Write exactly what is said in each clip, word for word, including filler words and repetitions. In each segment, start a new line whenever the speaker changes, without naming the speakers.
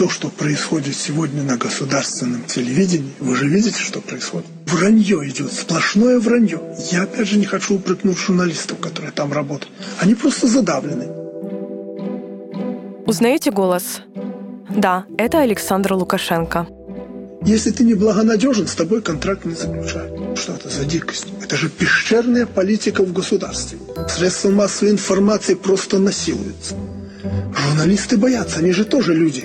то, что происходит сегодня на государственном телевидении, вы же видите, что происходит. Вранье идет, сплошное вранье. Я опять же не хочу упрекнуть журналистов, которые там работают. Они просто задавлены.
Узнаете голос? Да, это Александр Лукашенко.
Если ты не благонадежен, с тобой контракт не заключают. Что это за дикость? Это же пещерная политика в государстве. Средства массовой информации просто насилуются. Журналисты боятся, они же тоже люди.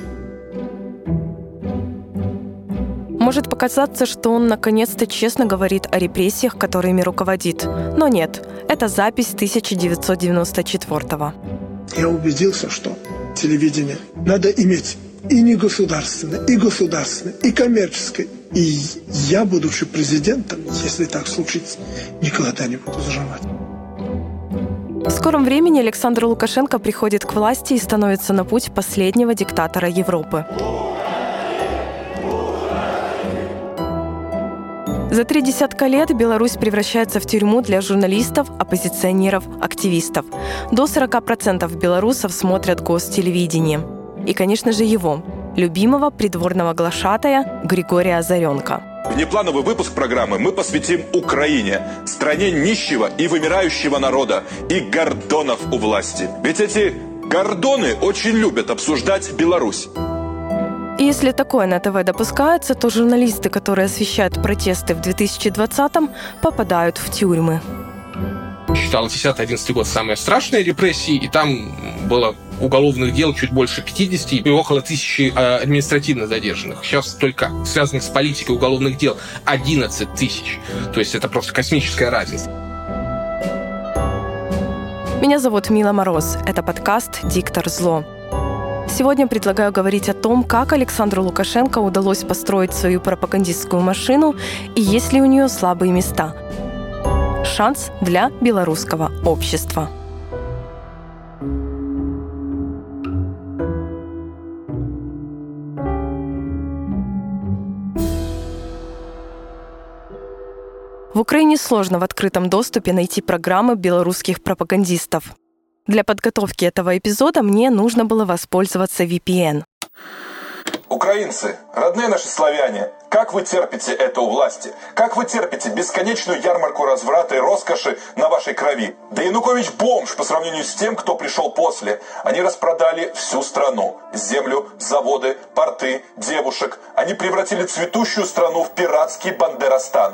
Может показаться, что он наконец-то честно говорит о репрессиях, которыми руководит. Но нет, это запись тысяча девятьсот девяносто четвёртого.
Я убедился, что телевидение надо иметь и негосударственное, и государственное, и коммерческое. И я, будучи президентом, если так случится, никогда не буду зажимать.
В скором времени Александр Лукашенко приходит к власти и становится на путь последнего диктатора Европы. За три десятка лет Беларусь превращается в тюрьму для журналистов, оппозиционеров, активистов. До сорок процентов белорусов смотрят гостелевидение. И, конечно же, его, любимого придворного глашатая Григория Озаренка.
Внеплановый выпуск программы мы посвятим Украине, стране нищего и вымирающего народа, и гордонов у власти. Ведь эти гордоны очень любят обсуждать Беларусь.
И если такое на ТВ допускается, то журналисты, которые освещают протесты в две тысячи двадцатом, попадают в тюрьмы.
Считал десятый-одиннадцатый год самые страшные репрессии, и там было уголовных дел чуть больше пятидесяти и около тысячи административно задержанных. Сейчас только связанных с политикой уголовных дел одиннадцать тысяч. То есть это просто космическая разница.
Меня зовут Мила Мороз. Это подкаст «Диктор зло». Сегодня предлагаю говорить о том, как Александру Лукашенко удалось построить свою пропагандистскую машину и есть ли у нее слабые места. Шанс для белорусского общества. В Украине сложно в открытом доступе найти программы белорусских пропагандистов. Для подготовки этого эпизода мне нужно было воспользоваться ви пи эн.
Украинцы, родные наши славяне, как вы терпите это у власти? Как вы терпите бесконечную ярмарку разврата и роскоши на вашей крови? Да Янукович бомж по сравнению с тем, кто пришел после. Они распродали всю страну. Землю, заводы, порты, девушек. Они превратили цветущую страну в пиратский Бандерастан.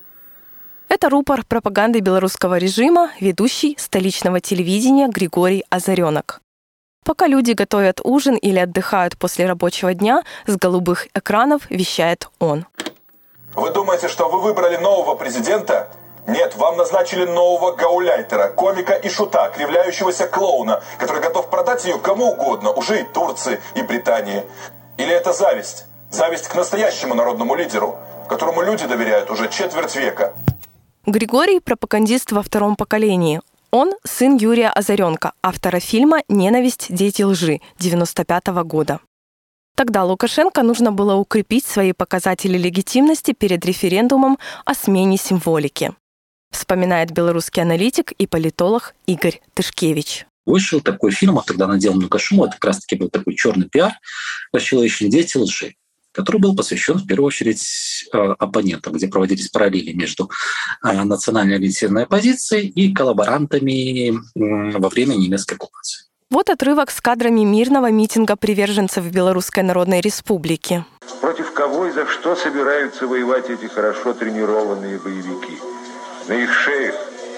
Это рупор пропаганды белорусского режима, ведущий столичного телевидения Григорий Озаренок. Пока люди готовят ужин или отдыхают после рабочего дня, с голубых экранов вещает он.
Вы думаете, что вы выбрали нового президента? Нет, вам назначили нового гауляйтера, комика и шута, кривляющегося клоуна, который готов продать ее кому угодно, уже и Турции, и Британии. Или это зависть? Зависть к настоящему народному лидеру, которому люди доверяют уже четверть века.
Григорий – пропагандист во втором поколении. Он – сын Юрия Озаренка, автора фильма «Ненависть. Дети лжи» девяносто пятого года. Тогда Лукашенко нужно было укрепить свои показатели легитимности перед референдумом о смене символики, вспоминает белорусский аналитик и политолог Игорь Тышкевич.
Вышел такой фильм, тогда наделал много шума, это как раз-таки был такой черный пиар, «Расчеловечение дети лжи», который был посвящен в первую очередь оппонентам, где проводились параллели между национальной ориентированной оппозицией и коллаборантами во время немецкой оккупации.
Вот отрывок с кадрами мирного митинга приверженцев Белорусской Народной Республики.
Против кого и за что собираются воевать эти хорошо тренированные боевики? На их шеях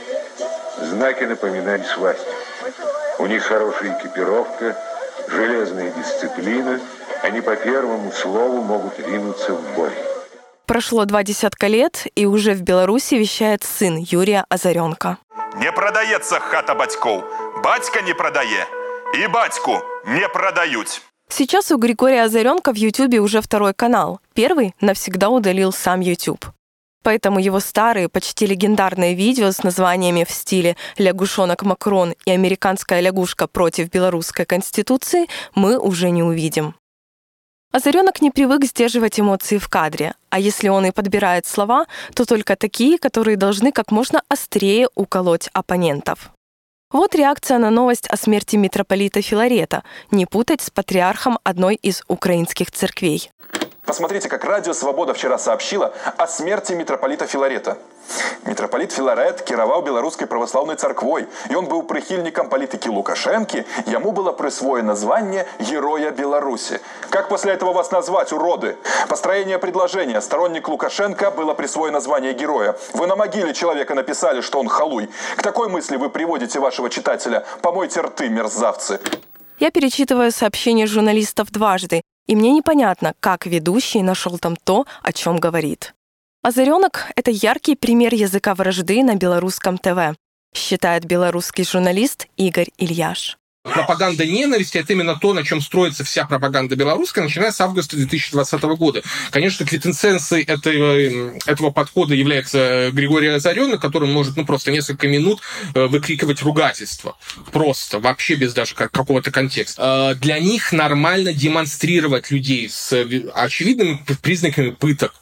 знаки напоминания свастик. У них хорошая экипировка, железная дисциплина. Они по первому слову могут ринуться в бой.
Прошло два десятка лет, и уже в Беларуси вещает сын Юрия Озаренка.
Не продается хата батьков. Батька не продае. И батьку не продают.
Сейчас у Григория Озаренка в Ютубе уже второй канал. Первый навсегда удалил сам Ютуб. Поэтому его старые, почти легендарные видео с названиями в стиле «Лягушонок Макрон» и «Американская лягушка против белорусской конституции» мы уже не увидим. Озаренок не привык сдерживать эмоции в кадре, а если он и подбирает слова, то только такие, которые должны как можно острее уколоть оппонентов. Вот реакция на новость о смерти митрополита Филарета. Не путать с патриархом одной из украинских церквей.
Посмотрите, как Радио Свобода вчера сообщила о смерти митрополита Филарета. Митрополит Филарет кіраваў беларускай праваслаўнай царквой, и он был прихильником политики Лукашенки, ему было присвоено звание Героя Беларуси. Как после этого вас назвать, уроды? Построение предложения «Сторонник Лукашенко» было присвоено звание Героя. Вы на могиле человека написали, что он халуй. К такой мысли вы приводите вашего читателя. Помойте рты, мерзавцы.
Я перечитываю сообщения журналистов дважды, и мне непонятно, как ведущий нашел там то, о чем говорит. «Озаренок» — это яркий пример языка вражды на белорусском ТВ, считает белорусский журналист Игорь Ильяш.
Пропаганда ненависти – это именно то, на чем строится вся пропаганда белорусская, начиная с августа две тысячи двадцатого года. Конечно, квинтэссенцией этого, этого подхода является Григорий Озаренок, который может ну, просто несколько минут выкрикивать ругательство. Просто, вообще без даже какого-то контекста. Для них нормально демонстрировать людей с очевидными признаками пыток,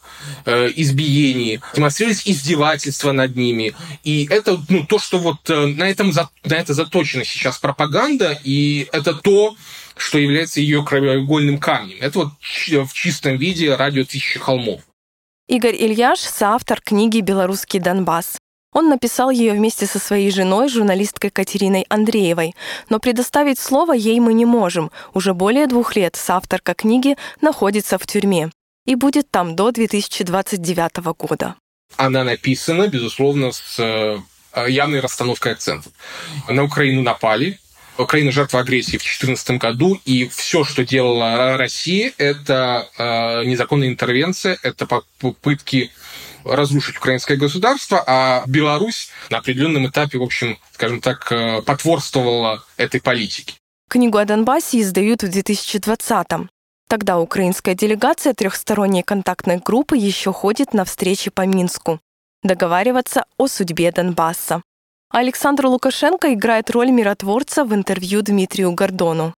избиений, демонстрировать издевательства над ними. И это ну, то, что вот на, этом, на это заточена сейчас пропаганда, и это то, что является ее краеугольным камнем. Это вот в чистом виде радио «Тысячи холмов».
Игорь Ильяш – соавтор книги «Белорусский Донбасс». Он написал ее вместе со своей женой, журналисткой Катериной Андреевой. Но предоставить слово ей мы не можем. Уже более двух лет соавторка книги находится в тюрьме и будет там до две тысячи двадцать девятого года.
Она написана, безусловно, с явной расстановкой акцентов. На Украину напали, Украина жертва агрессии в две тысячи четырнадцатом году, и все, что делала Россия, это незаконная интервенция, это попытки разрушить украинское государство, а Беларусь на определенном этапе, в общем, скажем так, потворствовала этой политике.
Книгу о Донбассе издают в две тысячи двадцатом. Тогда украинская делегация трехсторонней контактной группы еще ходит на встречи по Минску, договариваться о судьбе Донбасса. Александр Лукашенко играет роль миротворца в интервью Дмитрию Гордону.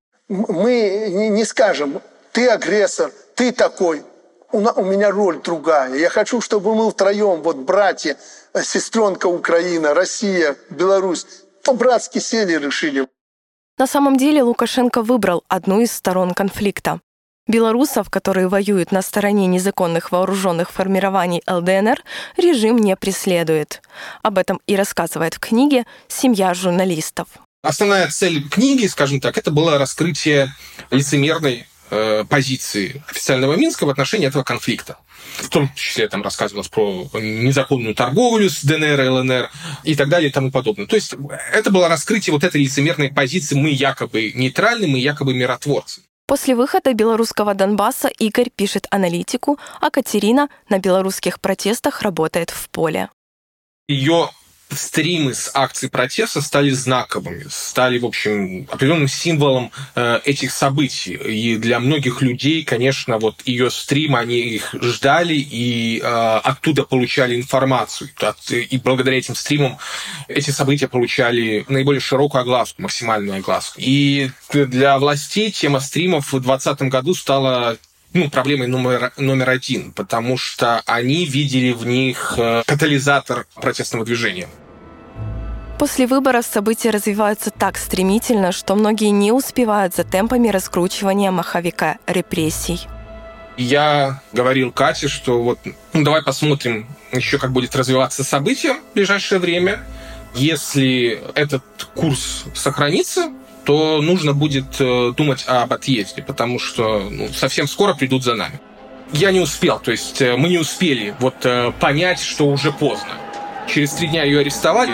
Мы не скажем «ты агрессор», «ты такой». У меня роль другая. Я хочу, чтобы мы втроем, вот братья, сестренка Украина, Россия, Беларусь, по-братски сели и решили.
На самом деле Лукашенко выбрал одну из сторон конфликта. Белорусов, которые воюют на стороне незаконных вооруженных формирований эл дэ эн эр, режим не преследует. Об этом и рассказывает в книге «Семья журналистов».
Основная цель книги, скажем так, это было раскрытие лицемерной э, позиции официального Минска в отношении этого конфликта. В том числе там рассказывалось про незаконную торговлю с дэ эн эр, эл эн эр и так далее и тому подобное. То есть это было раскрытие вот этой лицемерной позиции «мы якобы нейтральны, мы якобы миротворцы».
После выхода белорусского Донбасса Игорь пишет аналитику, а Катерина на белорусских протестах работает в поле.
Ее стримы с акций протеста стали знаковыми, стали, в общем, определенным символом э, этих событий. И для многих людей, конечно, вот ее стримы, они их ждали и э, оттуда получали информацию. От, и благодаря этим стримам эти события получали наиболее широкую огласку, максимальную огласку. И для властей тема стримов в двадцатом году стала ну, проблемой номер, номер один, потому что они видели в них катализатор протестного движения.
После выборов события развиваются так стремительно, что многие не успевают за темпами раскручивания маховика репрессий.
Я говорил Кате, что вот ну, давай посмотрим еще, как будет развиваться событие в ближайшее время. Если этот курс сохранится, то нужно будет думать об отъезде, потому что ну, совсем скоро придут за нами. Я не успел, то есть мы не успели вот понять, что уже поздно. Через три дня ее арестовали.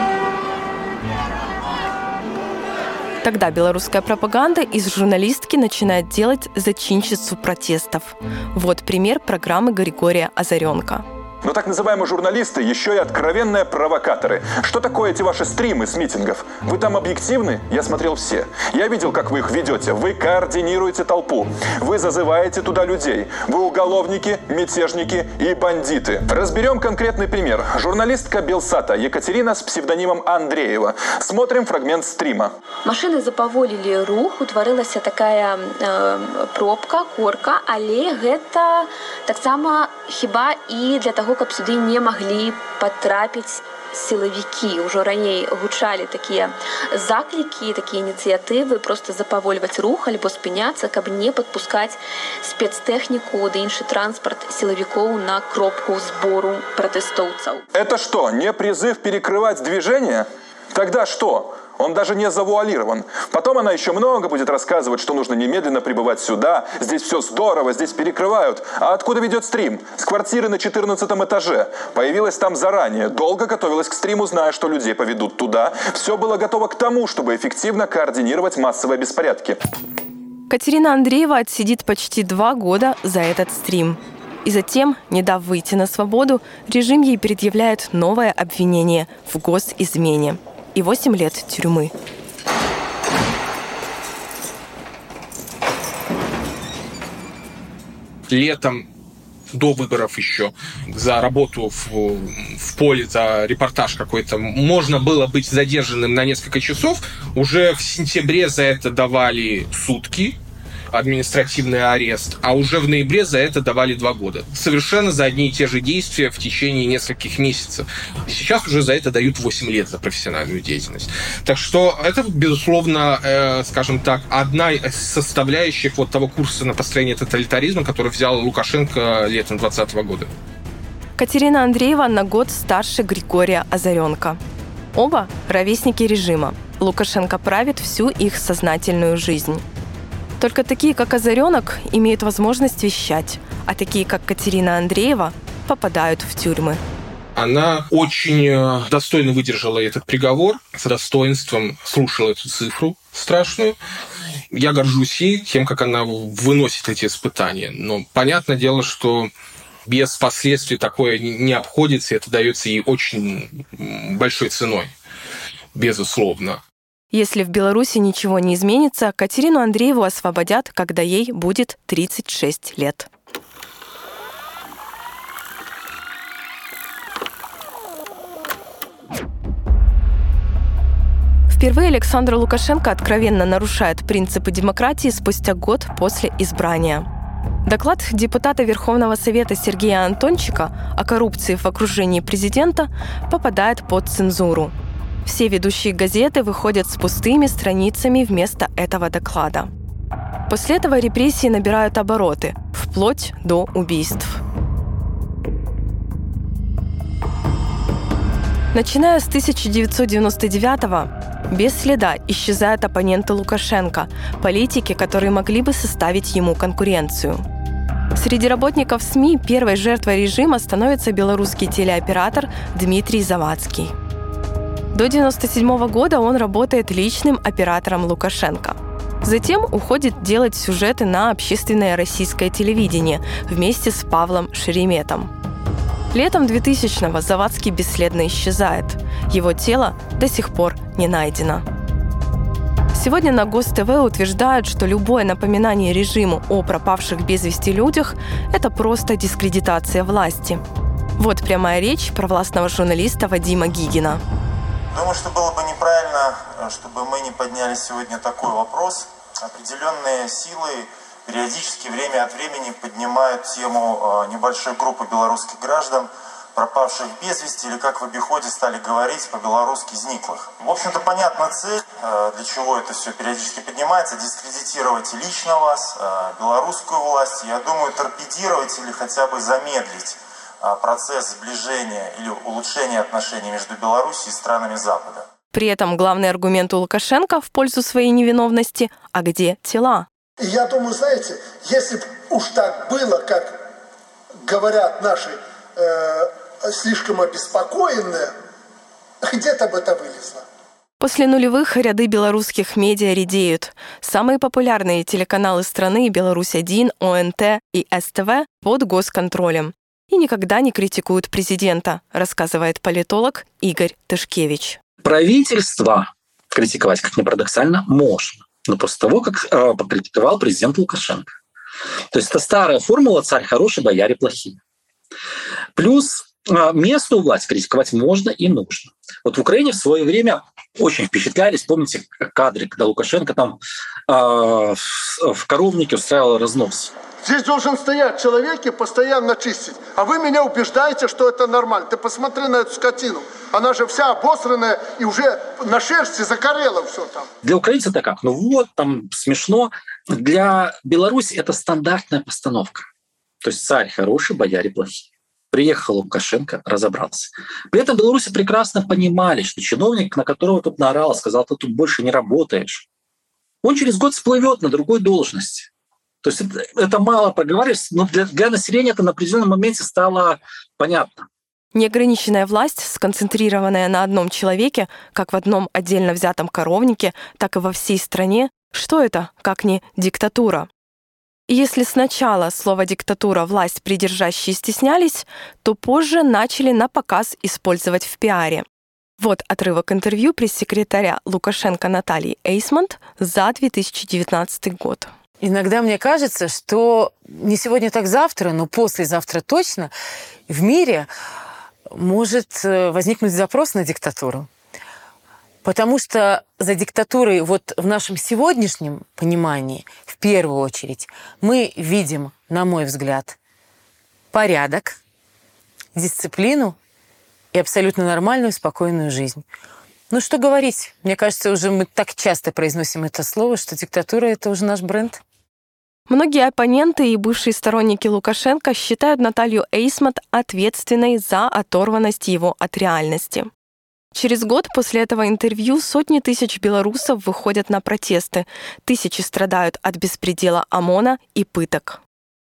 Тогда белорусская пропаганда из журналистки начинает делать зачинщицу протестов. Вот пример программы Григория Озаренка.
Но так называемые журналисты еще и откровенные провокаторы. Что такое эти ваши стримы с митингов? Вы там объективны? Я смотрел все. Я видел, как вы их ведете. Вы координируете толпу. Вы зазываете туда людей. Вы уголовники, мятежники и бандиты. Разберем конкретный пример. Журналистка Белсата Екатерина с псевдонимом Андреева. Смотрим фрагмент стрима.
Машины запаволили рух, утварылася такая э, пробка, корка, але гэта таксама хіба і для того, каб сюды не маглі патрапіць сілавікі. Ужо раней гучалі такія заклікі, такія ініцыятывы проста запавольваць рух альбо спыняцца, каб не падпускаць спецтэхніку ды іншы транспарт сілавікоў на кропку збору пратэстоўцаў.
Это что, не призыв перекрывать движение? Тогда что? Он даже не завуалирован. Потом она еще много будет рассказывать, что нужно немедленно прибывать сюда. Здесь все здорово, здесь перекрывают. А откуда ведет стрим? С квартиры на четырнадцатом этаже. Появилась там заранее. Долго готовилась к стриму, зная, что людей поведут туда. Все было готово к тому, чтобы эффективно координировать массовые беспорядки.
Катерина Андреева отсидит почти два года за этот стрим. И затем, не дав выйти на свободу, режим ей предъявляет новое обвинение в госизмене и восемь лет тюрьмы.
Летом, до выборов еще, за работу в, в поле, за репортаж какой-то, можно было быть задержанным на несколько часов. Уже в сентябре за это давали сутки, административный арест, а уже в ноябре за это давали два года. Совершенно за одни и те же действия в течение нескольких месяцев. Сейчас уже за это дают восемь лет за профессиональную деятельность. Так что это, безусловно, э, скажем так, одна из составляющих вот того курса на построение тоталитаризма, который взял Лукашенко летом двадцатого года.
Катерина Андреева на год старше Григория Озаренко. Оба – ровесники режима. Лукашенко правит всю их сознательную жизнь. Только такие, как Озаренок, имеют возможность вещать, а такие, как Катерина Андреева, попадают в тюрьмы.
Она очень достойно выдержала этот приговор, с достоинством слушала эту цифру страшную. Я горжусь ей тем, как она выносит эти испытания. Но понятное дело, что без последствий такое не обходится, и это дается ей очень большой ценой, безусловно.
Если в Беларуси ничего не изменится, Катерину Андрееву освободят, когда ей будет тридцать шесть лет. Впервые Александр Лукашенко откровенно нарушает принципы демократии спустя год после избрания. Доклад депутата Верховного Совета Сергея Антончика о коррупции в окружении президента попадает под цензуру. Все ведущие газеты выходят с пустыми страницами вместо этого доклада. После этого репрессии набирают обороты, вплоть до убийств. Начиная с тысяча девятьсот девяносто девятого без следа исчезают оппоненты Лукашенко, политики, которые могли бы составить ему конкуренцию. Среди работников СМИ первой жертвой режима становится белорусский телеоператор Дмитрий Завадский. До девяносто седьмого года он работает личным оператором Лукашенко. Затем уходит делать сюжеты на общественное российское телевидение вместе с Павлом Шереметом. Летом двухтысячного Завадский бесследно исчезает. Его тело до сих пор не найдено. Сегодня на ГосТВ утверждают, что любое напоминание режиму о пропавших без вести людях – это просто дискредитация власти. Вот прямая речь провластного журналиста Вадима Гигина.
Думаю, что было бы неправильно, чтобы мы не подняли сегодня такой вопрос. Определенные силы периодически, время от времени поднимают тему небольшой группы белорусских граждан, пропавших без вести, или, как в обиходе стали говорить, по-белорусски «зниклых». В общем-то, понятна цель, для чего это все периодически поднимается: дискредитировать лично вас, белорусскую власть, я думаю, торпедировать или хотя бы замедлить процесс сближения или улучшения отношений между Беларусью и странами Запада.
При этом главный аргумент у Лукашенко в пользу своей невиновности – а где тела?
Я думаю, знаете, если бы уж так было, как говорят наши э, слишком обеспокоенные, где-то бы это вылезло.
После нулевых ряды белорусских медиа редеют. Самые популярные телеканалы страны «Беларусь один», О Н Т и С Т В под госконтролем. И никогда не критикуют президента, рассказывает политолог Игорь Тышкевич.
Правительство критиковать, как ни парадоксально, можно. Но после того, как э, покритиковал президент Лукашенко. То есть это старая формула «царь хороший, бояре плохие». Плюс э, местную власть критиковать можно и нужно. Вот в Украине в свое время очень впечатлялись, помните, кадры, когда Лукашенко там э, в, в коровнике устраивал разнос
Здесь должен стоять человек и постоянно чистить. А вы меня убеждаете, что это нормально. Ты посмотри на эту скотину. Она же вся обосранная и уже на шерсти закорела все там.
Для украинцев это как? Ну вот, там смешно. Для Беларуси это стандартная постановка. То есть царь хороший, бояре плохие. Приехал Лукашенко, разобрался. При этом белорусы прекрасно понимали, что чиновник, на которого тут наорал, сказал, ты тут больше не работаешь, он через год всплывет на другой должности. То есть это, это мало проговаривается, но для, для населения это на определенном моменте стало понятно.
Неограниченная власть, сконцентрированная на одном человеке, как в одном отдельно взятом коровнике, так и во всей стране, что это, как не диктатура? И если сначала слово «диктатура» власть придержащие стеснялись, то позже начали на показ использовать в пиаре. Вот отрывок интервью пресс-секретаря Лукашенко Натальи Эйсмонт за две тысячи девятнадцатый год.
Иногда мне кажется, что не сегодня, так завтра, но послезавтра точно в мире может возникнуть запрос на диктатуру. Потому что за диктатурой вот в нашем сегодняшнем понимании, в первую очередь, мы видим, на мой взгляд, порядок, дисциплину и абсолютно нормальную, спокойную жизнь. Ну что говорить, мне кажется, уже мы так часто произносим это слово, что диктатура — это уже наш бренд.
Многие оппоненты и бывшие сторонники Лукашенко считают Наталью Эйсмонт ответственной за оторванность его от реальности. Через год после этого интервью сотни тысяч белорусов выходят на протесты, тысячи страдают от беспредела ОМОНа и пыток.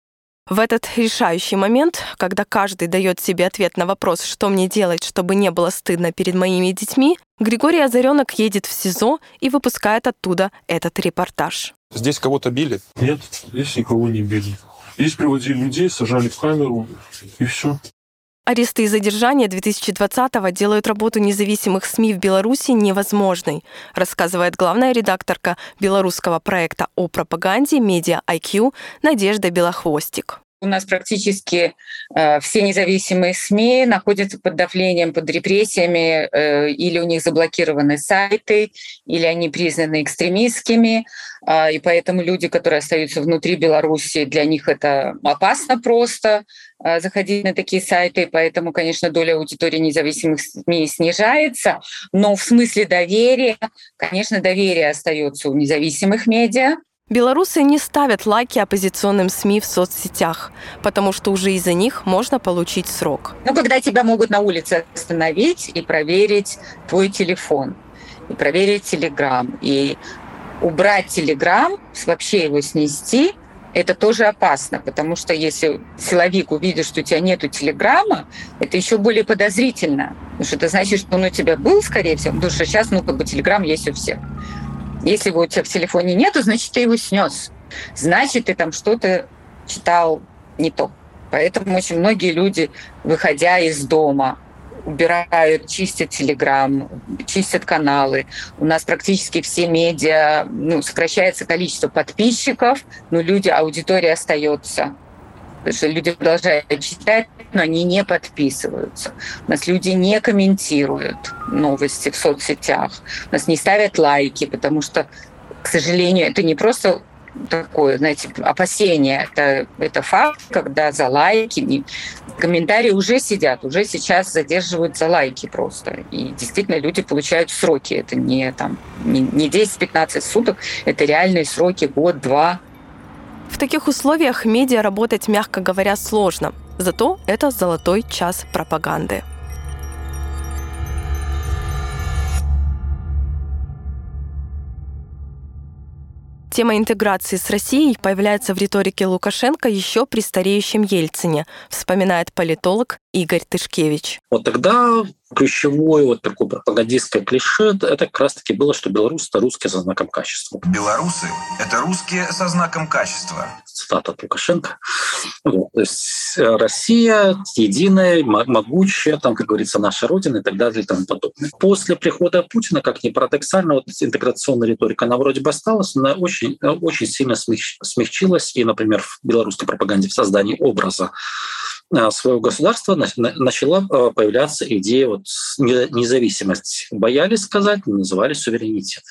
В этот решающий момент, когда каждый дает себе ответ на вопрос, что мне делать, чтобы не было стыдно перед моими детьми, Григорий Озаренок едет в СИЗО и выпускает оттуда этот репортаж.
Здесь кого-то били?
Нет, здесь никого не били. Здесь приводили людей, сажали в камеру, и все.
Аресты и задержания две тысячи двадцатого делают работу независимых СМИ в Беларуси невозможной, рассказывает главная редакторка белорусского проекта о пропаганде Media ай кью Надежда Белохвостик.
У нас практически э, все независимые СМИ находятся под давлением, под репрессиями, э, или у них заблокированы сайты, или они признаны экстремистскими. Э, и поэтому люди, которые остаются внутри Беларуси, для них это опасно просто э, заходить на такие сайты. Поэтому, конечно, доля аудитории независимых СМИ снижается. Но в смысле доверия, конечно, доверие остается у независимых медиа.
Белорусы не ставят лайки оппозиционным СМИ в соцсетях, потому что уже из-за них можно получить срок.
Ну, когда тебя могут на улице остановить и проверить твой телефон, и проверить Телеграм, и убрать Телеграм, вообще его снести, это тоже опасно, потому что если силовик увидит, что у тебя нету Телеграма, это еще более подозрительно, потому что это значит, что он у тебя был, скорее всего, потому что сейчас, ну, как бы Телеграм есть у всех. Если его у тебя в телефоне нету, значит, ты его снес. Значит, ты там что-то читал не то. Поэтому очень многие люди, выходя из дома, убирают, чистят Телеграм, чистят каналы. У нас практически все медиа, ну, сокращается количество подписчиков, но люди, аудитория остается. Потому что люди продолжают читать, но они не подписываются. У нас люди не комментируют новости в соцсетях. У нас не ставят лайки, потому что, к сожалению, это не просто такое, знаете, опасение. Это, это факт, когда за лайки комментарии уже сидят, уже сейчас задерживают за лайки просто. И действительно люди получают сроки. Это не, там, не десять-пятнадцать суток, это реальные сроки, год-два.
В таких условиях медиа работать, мягко говоря, сложно. Зато это золотой час пропаганды. Тема интеграции с Россией появляется в риторике Лукашенко еще при стареющем Ельцине, вспоминает политолог Игорь Тышкевич.
Вот тогда ключевое вот такое пропагандистское клише — это как раз-таки было, что белорусы — это русские со знаком качества.
Белорусы — это русские со знаком качества.
Цитата от Лукашенко. Вот, то есть Россия единая, могучая, там, как говорится, наша Родина и так далее и тому подобное. После прихода Путина, как ни парадоксально, вот интеграционная риторика, она вроде бы осталась, но она очень, очень сильно смягчилась. И, например, в белорусской пропаганде в создании образа своего государства начала появляться идея вот независимости. Боялись сказать, называли суверенитет.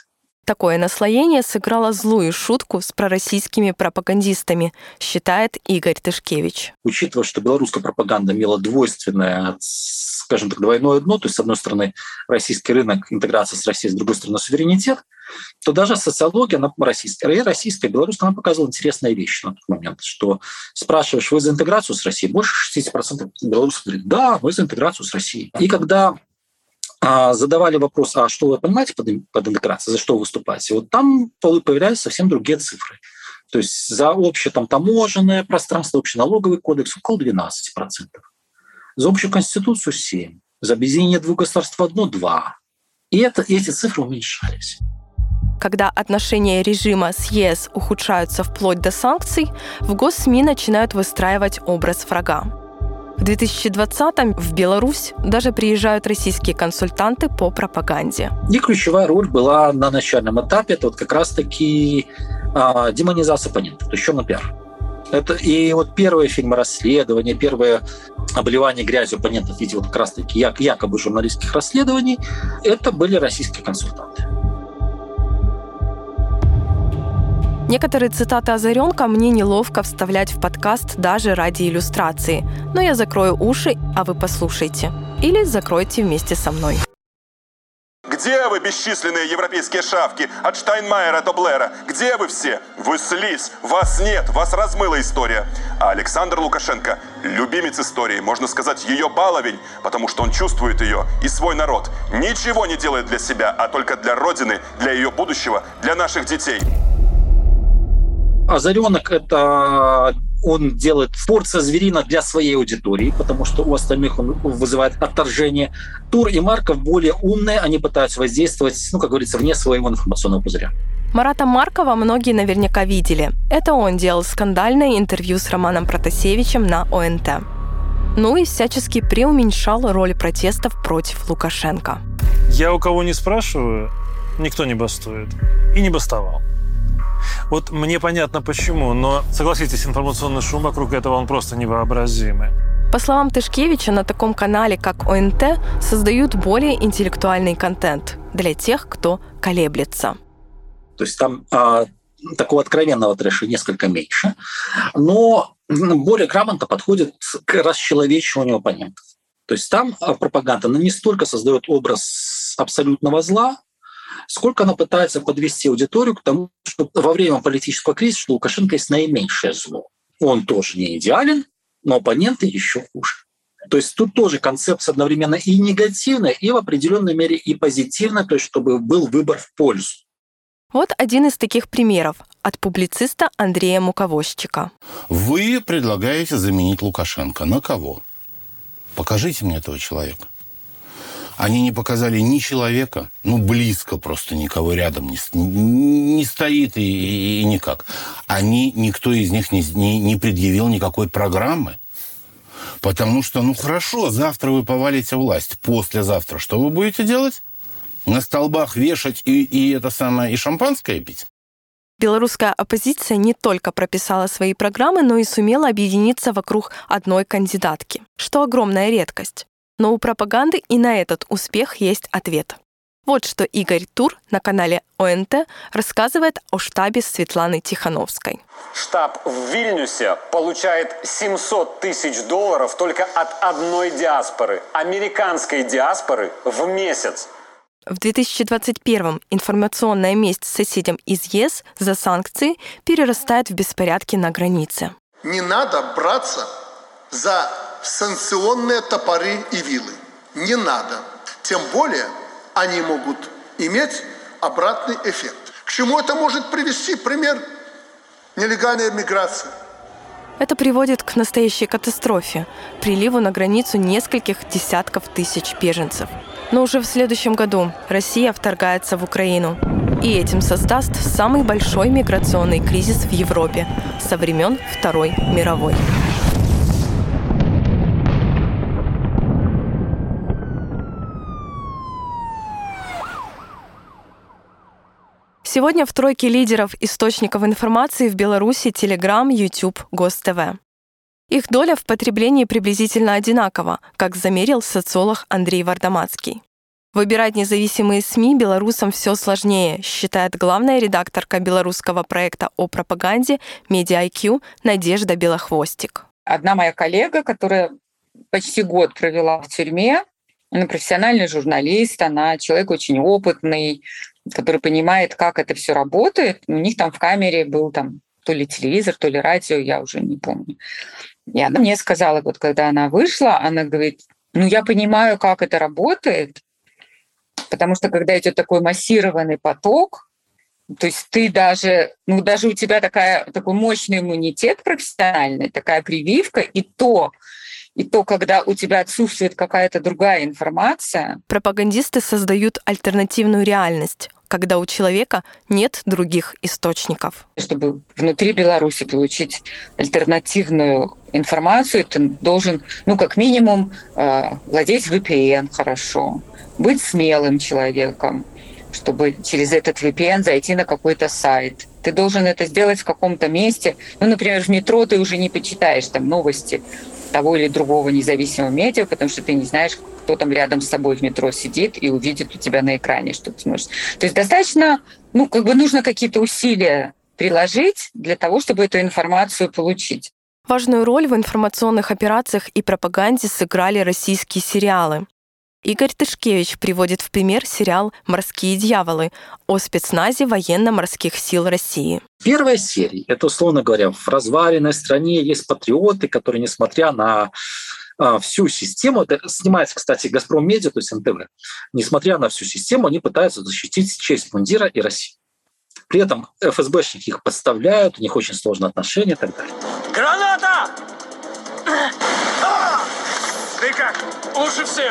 Такое наслоение сыграло злую шутку с пророссийскими пропагандистами, считает Игорь Тышкевич.
Учитывая, что белорусская пропаганда имела двойственное, скажем так, двойное дно, то есть, с одной стороны, российский рынок, интеграция с Россией, с другой стороны, суверенитет, то даже социология, она российская, и российская, белорусская, она показывала интересные вещи на тот момент, что спрашиваешь, вы за интеграцию с Россией? Больше шестьдесят процентов белорусов говорит, да, мы за интеграцию с Россией. И когда задавали вопрос, а что вы понимаете под, под интеграцией, за что вы выступаете, вот там появляются совсем другие цифры. То есть за общее там, таможенное пространство, общий налоговый кодекс около двенадцать процентов. За общую конституцию семь процентов. За объединение двух государств в одно – два процента. И это, эти цифры уменьшались.
Когда отношения режима с ЕС ухудшаются вплоть до санкций, в госсми начинают выстраивать образ врага. В две тысячи двадцатом в Беларусь даже приезжают российские консультанты по пропаганде.
И ключевая роль была на начальном этапе, это вот как раз-таки а, демонизация оппонентов, то есть черный пиар. Это и вот первые фильмы расследования, первые обливания грязью оппонентов в виде вот как раз-таки якобы журналистских расследований, это были российские консультанты.
Некоторые цитаты Озаренка мне неловко вставлять в подкаст даже ради иллюстрации. Но я закрою уши, а вы послушайте. Или закройте вместе со мной.
Где вы, бесчисленные европейские шавки, от Штайнмайера до Блэра? Где вы все? Вы слизь, вас нет, вас размыла история. А Александр Лукашенко – любимец истории, можно сказать, ее баловень, потому что он чувствует ее и свой народ. Ничего не делает для себя, а только для Родины, для ее будущего, для наших детей.
Озаренок – это он делает порция зверина для своей аудитории, потому что у остальных он вызывает отторжение. Тур и Марков более умные, они пытаются воздействовать, ну, как говорится, вне своего информационного пузыря.
Марата Маркова многие наверняка видели. Это он делал скандальное интервью с Романом Протасевичем на О Н Т. Ну и всячески преуменьшал роль протестов против Лукашенко.
Я у кого не спрашиваю, никто не бастует. И не бастовал. Вот мне понятно почему, но, согласитесь, информационный шум вокруг этого, он просто невообразимый.
По словам Тышкевича, на таком канале, как О Н Т, создают более интеллектуальный контент для тех, кто колеблется.
То есть там а, такого откровенного трэша несколько меньше, но более грамотно подходит к расчеловечиванию оппонентов. То есть там пропаганда она не столько создает образ абсолютного зла, сколько она пытается подвести аудиторию к тому, что во время политического кризиса что у Лукашенко есть наименьшее зло. Он тоже не идеален, но оппоненты еще хуже. То есть тут тоже концепция одновременно и негативная, и в определенной мере и позитивная, то есть чтобы был выбор в пользу.
Вот один из таких примеров от публициста Андрея Муковозчика.
Вы предлагаете заменить Лукашенко. На кого? Покажите мне этого человека. Они не показали ни человека, ну, близко просто никого рядом не, не стоит и, и, и никак. Они, никто из них не, не, не предъявил никакой программы. Потому что, ну, хорошо, завтра вы повалите власть. Послезавтра что вы будете делать? На столбах вешать и, и это самое, и шампанское пить?
Белорусская оппозиция не только прописала свои программы, но и сумела объединиться вокруг одной кандидатки, что огромная редкость. Но у пропаганды и на этот успех есть ответ. Вот что Игорь Тур на канале О Н Т рассказывает о штабе Светланы Тихановской.
Штаб в Вильнюсе получает семьсот тысяч долларов только от одной диаспоры, американской диаспоры, в месяц.
В две тысячи двадцать первом информационная месть соседям из Е С за санкции перерастает в беспорядки на границе.
Не надо браться за санкционные топоры и вилы. Не надо. Тем более они могут иметь обратный эффект. К чему это может привести? Пример нелегальной миграции.
Это приводит к настоящей катастрофе, приливу на границу нескольких десятков тысяч беженцев. Но уже в следующем году Россия вторгается в Украину. И этим создаст самый большой миграционный кризис в Европе со времен Второй мировой. Сегодня в тройке лидеров источников информации в Беларуси Telegram, YouTube, ГосТВ. Их доля в потреблении приблизительно одинакова, как замерил социолог Андрей Вардамацкий. Выбирать независимые СМИ белорусам все сложнее, считает главная редакторка белорусского проекта о пропаганде Media ай кью Надежда Белохвостик.
Одна моя коллега, которая почти год провела в тюрьме, она профессиональный журналист, она человек очень опытный, который понимает, как это все работает. У них там в камере был там то ли телевизор, то ли радио, я уже не помню. И она мне сказала, вот когда она вышла, она говорит, ну я понимаю, как это работает, потому что когда идет такой массированный поток, то есть ты даже, ну даже у тебя такая, такой мощный иммунитет профессиональный, такая прививка, и то, и то, когда у тебя отсутствует какая-то другая информация.
Пропагандисты создают альтернативную реальность, когда у человека нет других источников.
Чтобы внутри Беларуси получить альтернативную информацию, ты должен, ну, как минимум, владеть ви пи эн хорошо, быть смелым человеком, чтобы через этот ви пи эн зайти на какой-то сайт. Ты должен это сделать в каком-то месте. Ну, например, в метро ты уже не почитаешь там новости того или другого независимого медиа, потому что ты не знаешь, кто там рядом с собой в метро сидит и увидит у тебя на экране, что ты сможешь. То есть достаточно, ну, как бы нужно какие-то усилия приложить для того, чтобы эту информацию получить.
Важную роль в информационных операциях и пропаганде сыграли российские сериалы. Игорь Тышкевич приводит в пример сериал «Морские дьяволы» о спецназе военно-морских сил России.
Первая серия — это, условно говоря, в разваленной стране есть патриоты, которые, несмотря на а, всю систему, это снимается, кстати, «Газпром Медиа», то есть эн тэ вэ, несмотря на всю систему, они пытаются защитить честь мундира и Россию. При этом эф эс бэшники их подставляют, у них очень сложные отношения и так далее.
Граната! Ты как? Лучше всех!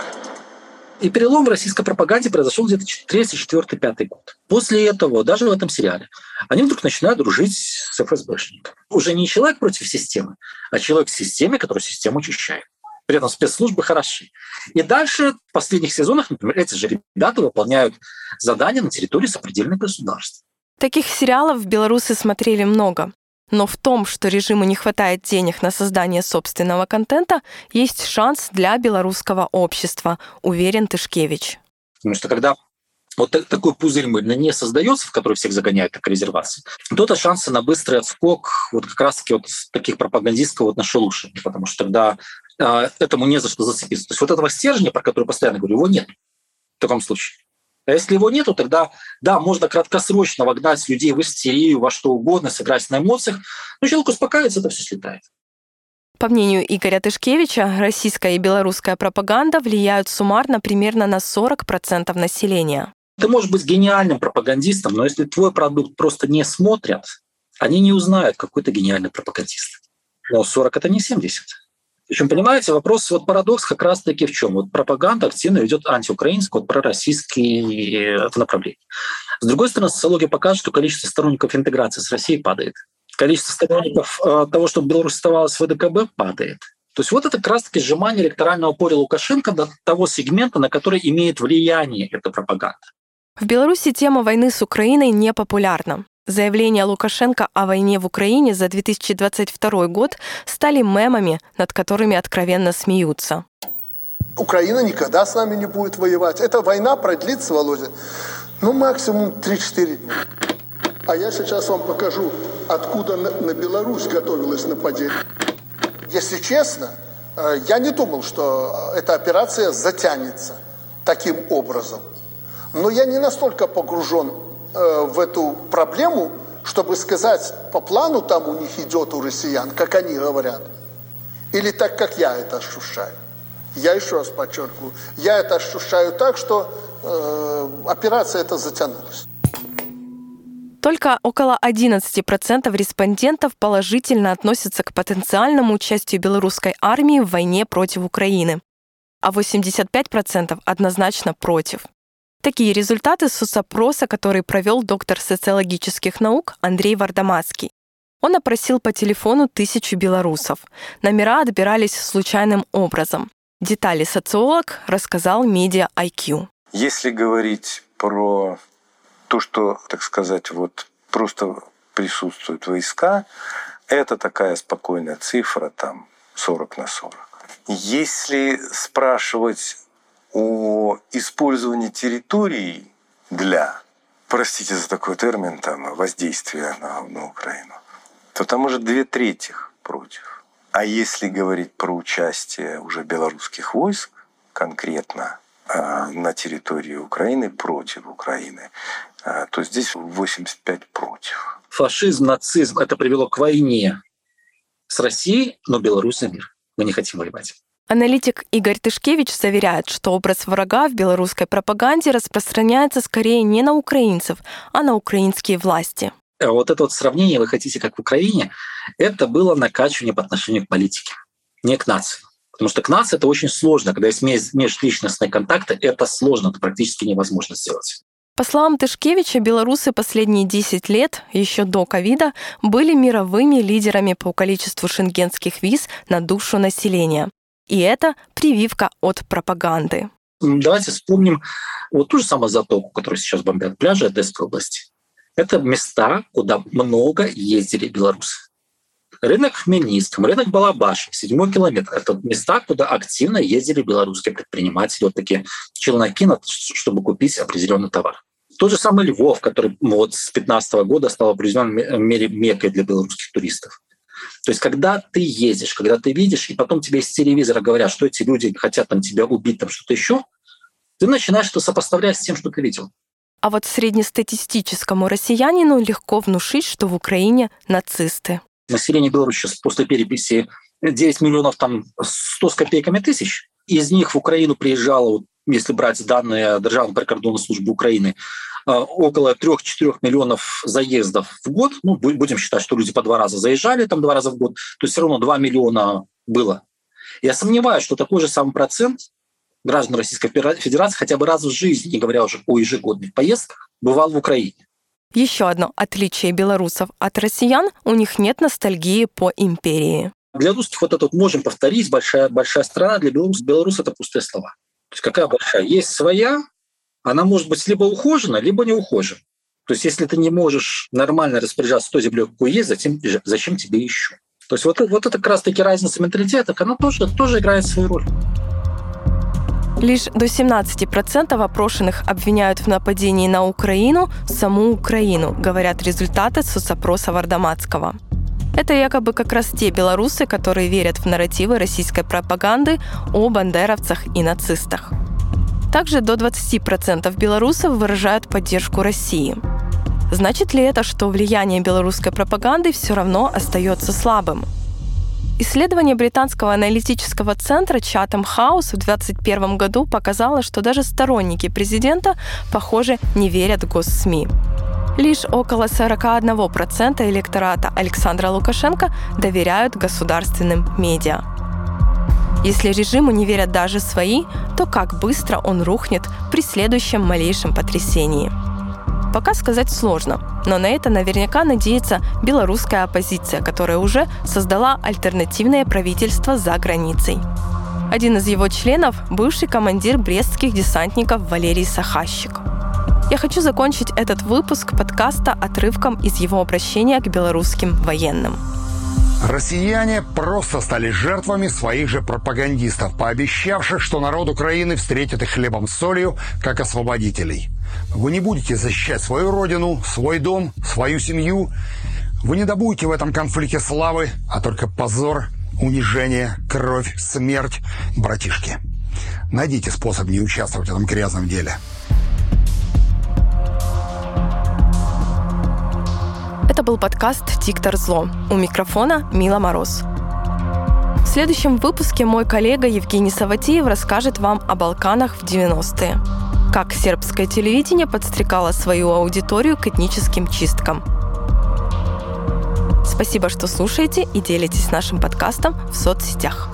И перелом в российской пропаганде произошел где-то третий, четвертый, пятый год. После этого, даже в этом сериале, они вдруг начинают дружить с эф эс бэшниками. Уже не человек против системы, а человек в системе, который систему очищает. При этом спецслужбы хороши. И дальше в последних сезонах, например, эти же ребята выполняют задания на территории сопредельных государств.
Таких сериалов белорусы смотрели много. Но в том, что режиму не хватает денег на создание собственного контента, есть шанс для белорусского общества, уверен Тышкевич.
Потому что когда вот такой пузырь мыльный не создается, в который всех загоняют как резервации, то это шансы на быстрый отскок вот как раз-таки вот таких пропагандистов вот на шелушине, потому что тогда э, этому не за что зацепиться. То есть вот этого стержня, про который постоянно говорю, его нет в таком случае. А если его нету, тогда, да, можно краткосрочно вогнать людей в истерию, во что угодно, сыграть на эмоциях, но человек успокаивается, это все слетает.
По мнению Игоря Тышкевича, российская и белорусская пропаганда влияют суммарно примерно на сорок процентов населения.
Ты можешь быть гениальным пропагандистом, но если твой продукт просто не смотрят, они не узнают, какой ты гениальный пропагандист. Но сорок — это не семьдесят. Причем, понимаете, вопрос, вот парадокс как раз-таки в чем? Вот пропаганда активно ведет антиукраинское, вот пророссийские это направление. С другой стороны, социология покажет, что количество сторонников интеграции с Россией падает. Количество сторонников э, того, чтобы Беларусь оставалась в вэ дэ ка бэ, падает. То есть вот это как раз-таки сжимание электорального поля Лукашенко до того сегмента, на который имеет влияние эта пропаганда.
В Беларуси тема войны с Украиной не популярна. Заявления Лукашенко о войне в Украине за две тысячи двадцать второй год стали мемами, над которыми откровенно смеются.
Украина никогда с нами не будет воевать. Эта война продлится, Володя, ну максимум три-четыре дня. А я сейчас вам покажу, откуда на, на Беларусь готовилось нападение. Если честно, я не думал, что эта операция затянется таким образом. Но я не настолько погружен в эту проблему, чтобы сказать, по плану там у них идет у россиян, как они говорят, или так, как я это ощущаю. Я еще раз подчеркиваю, я это ощущаю так, что э, операция эта затянулась.
Только около одиннадцать процентов респондентов положительно относятся к потенциальному участию белорусской армии в войне против Украины, а восемьдесят пять процентов однозначно против. Такие результаты соцопроса, который провел доктор социологических наук Андрей Вардамацкий. Он опросил по телефону тысячу белорусов. Номера отбирались случайным образом. Детали социолог рассказал Media ай кью.
Если говорить про то, что, так сказать, вот просто присутствуют войска, это такая спокойная цифра, там сорок на сорок. Если спрашивать о использовании территорий для, простите за такой термин, там, воздействия на, на Украину, то там уже две трети против. А если говорить про участие уже белорусских войск конкретно э, на территории Украины против Украины, э, то здесь восемьдесят пять против.
Фашизм, нацизм – это привело к войне с Россией, но Беларусь за мир. Мы не хотим воевать.
Аналитик Игорь Тышкевич заверяет, что образ врага в белорусской пропаганде распространяется скорее не на украинцев, а на украинские власти.
Вот это вот сравнение, вы хотите, как в Украине, это было накачивание по отношению к политике, не к нации. Потому что к нации это очень сложно. Когда есть межличностные контакты, это сложно, это практически невозможно сделать.
По словам Тышкевича, белорусы последние десять лет, еще до ковида, были мировыми лидерами по количеству шенгенских виз на душу населения. И это прививка от пропаганды.
Давайте вспомним вот ту же самую затоку, которую сейчас бомбят пляжи Одесской области. Это места, куда много ездили белорусы. Рынок в Хмельницком, рынок Балабашев, седьмой километр. Это места, куда активно ездили белорусские предприниматели, вот такие челноки, чтобы купить определенный товар. Тот же самый Львов, который вот с две тысячи пятнадцатого года стал в определенной мере меккой для белорусских туристов. То есть когда ты ездишь, когда ты видишь, и потом тебе из телевизора говорят, что эти люди хотят там, тебя убить, там что-то еще, ты начинаешь это сопоставлять с тем, что ты видел.
А вот среднестатистическому россиянину легко внушить, что в Украине нацисты.
Население Беларуси сейчас после переписи девять миллионов там, сто с копейками тысяч. Из них в Украину приезжало, если брать данные Державной прикордонной службы Украины, около трех-четырех миллионов заездов в год. Ну, будем считать, что люди по два раза заезжали, там два раза в год, то есть все равно два миллиона было. Я сомневаюсь, что такой же самый процент граждан Российской Федерации хотя бы раз в жизни, не говоря уже о ежегодных поездках, бывал в Украине.
Еще одно отличие белорусов от россиян – у них нет ностальгии по империи.
Для русских вот это вот можем повторить, большая, большая страна, для белорусов, белорус это пустые слова. То есть какая большая? Есть своя, она может быть либо ухожена, либо не ухожена. То есть если ты не можешь нормально распоряжаться той землей, какой есть, зачем, зачем тебе еще? То есть вот, вот это как раз-таки разница менталитета, она тоже, тоже играет свою роль.
Лишь до семнадцати процентов опрошенных обвиняют в нападении на Украину саму Украину, говорят результаты соцопроса Вардаматского. Это якобы как раз те белорусы, которые верят в нарративы российской пропаганды о бандеровцах и нацистах. Также до двадцати процентов белорусов выражают поддержку России. Значит ли это, что влияние белорусской пропаганды все равно остается слабым? Исследование британского аналитического центра Chatham House в двадцать первом году показало, что даже сторонники президента, похоже, не верят госсми. Лишь около сорок один процент электората Александра Лукашенко доверяют государственным медиа. Если режиму не верят даже свои, то как быстро он рухнет при следующем малейшем потрясении? Пока сказать сложно, но на это наверняка надеется белорусская оппозиция, которая уже создала альтернативное правительство за границей. Один из его членов – бывший командир брестских десантников Валерий Сахащик. Я хочу закончить этот выпуск подкаста отрывком из его обращения к белорусским военным.
Россияне просто стали жертвами своих же пропагандистов, пообещавших, что народ Украины встретит их хлебом с солью, как освободителей. Вы не будете защищать свою родину, свой дом, свою семью. Вы не добудете в этом конфликте славы, а только позор, унижение, кровь, смерть, братишки. Найдите способ не участвовать в этом грязном деле.
Это был подкаст «Диктор зло». У микрофона Мила Мороз. В следующем выпуске мой коллега Евгений Саватеев расскажет вам о Балканах в девяностые. Как сербское телевидение подстрекало свою аудиторию к этническим чисткам. Спасибо, что слушаете и делитесь нашим подкастом в соцсетях.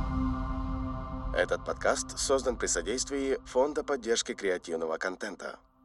Этот подкаст создан при содействии Фонда поддержки креативного контента.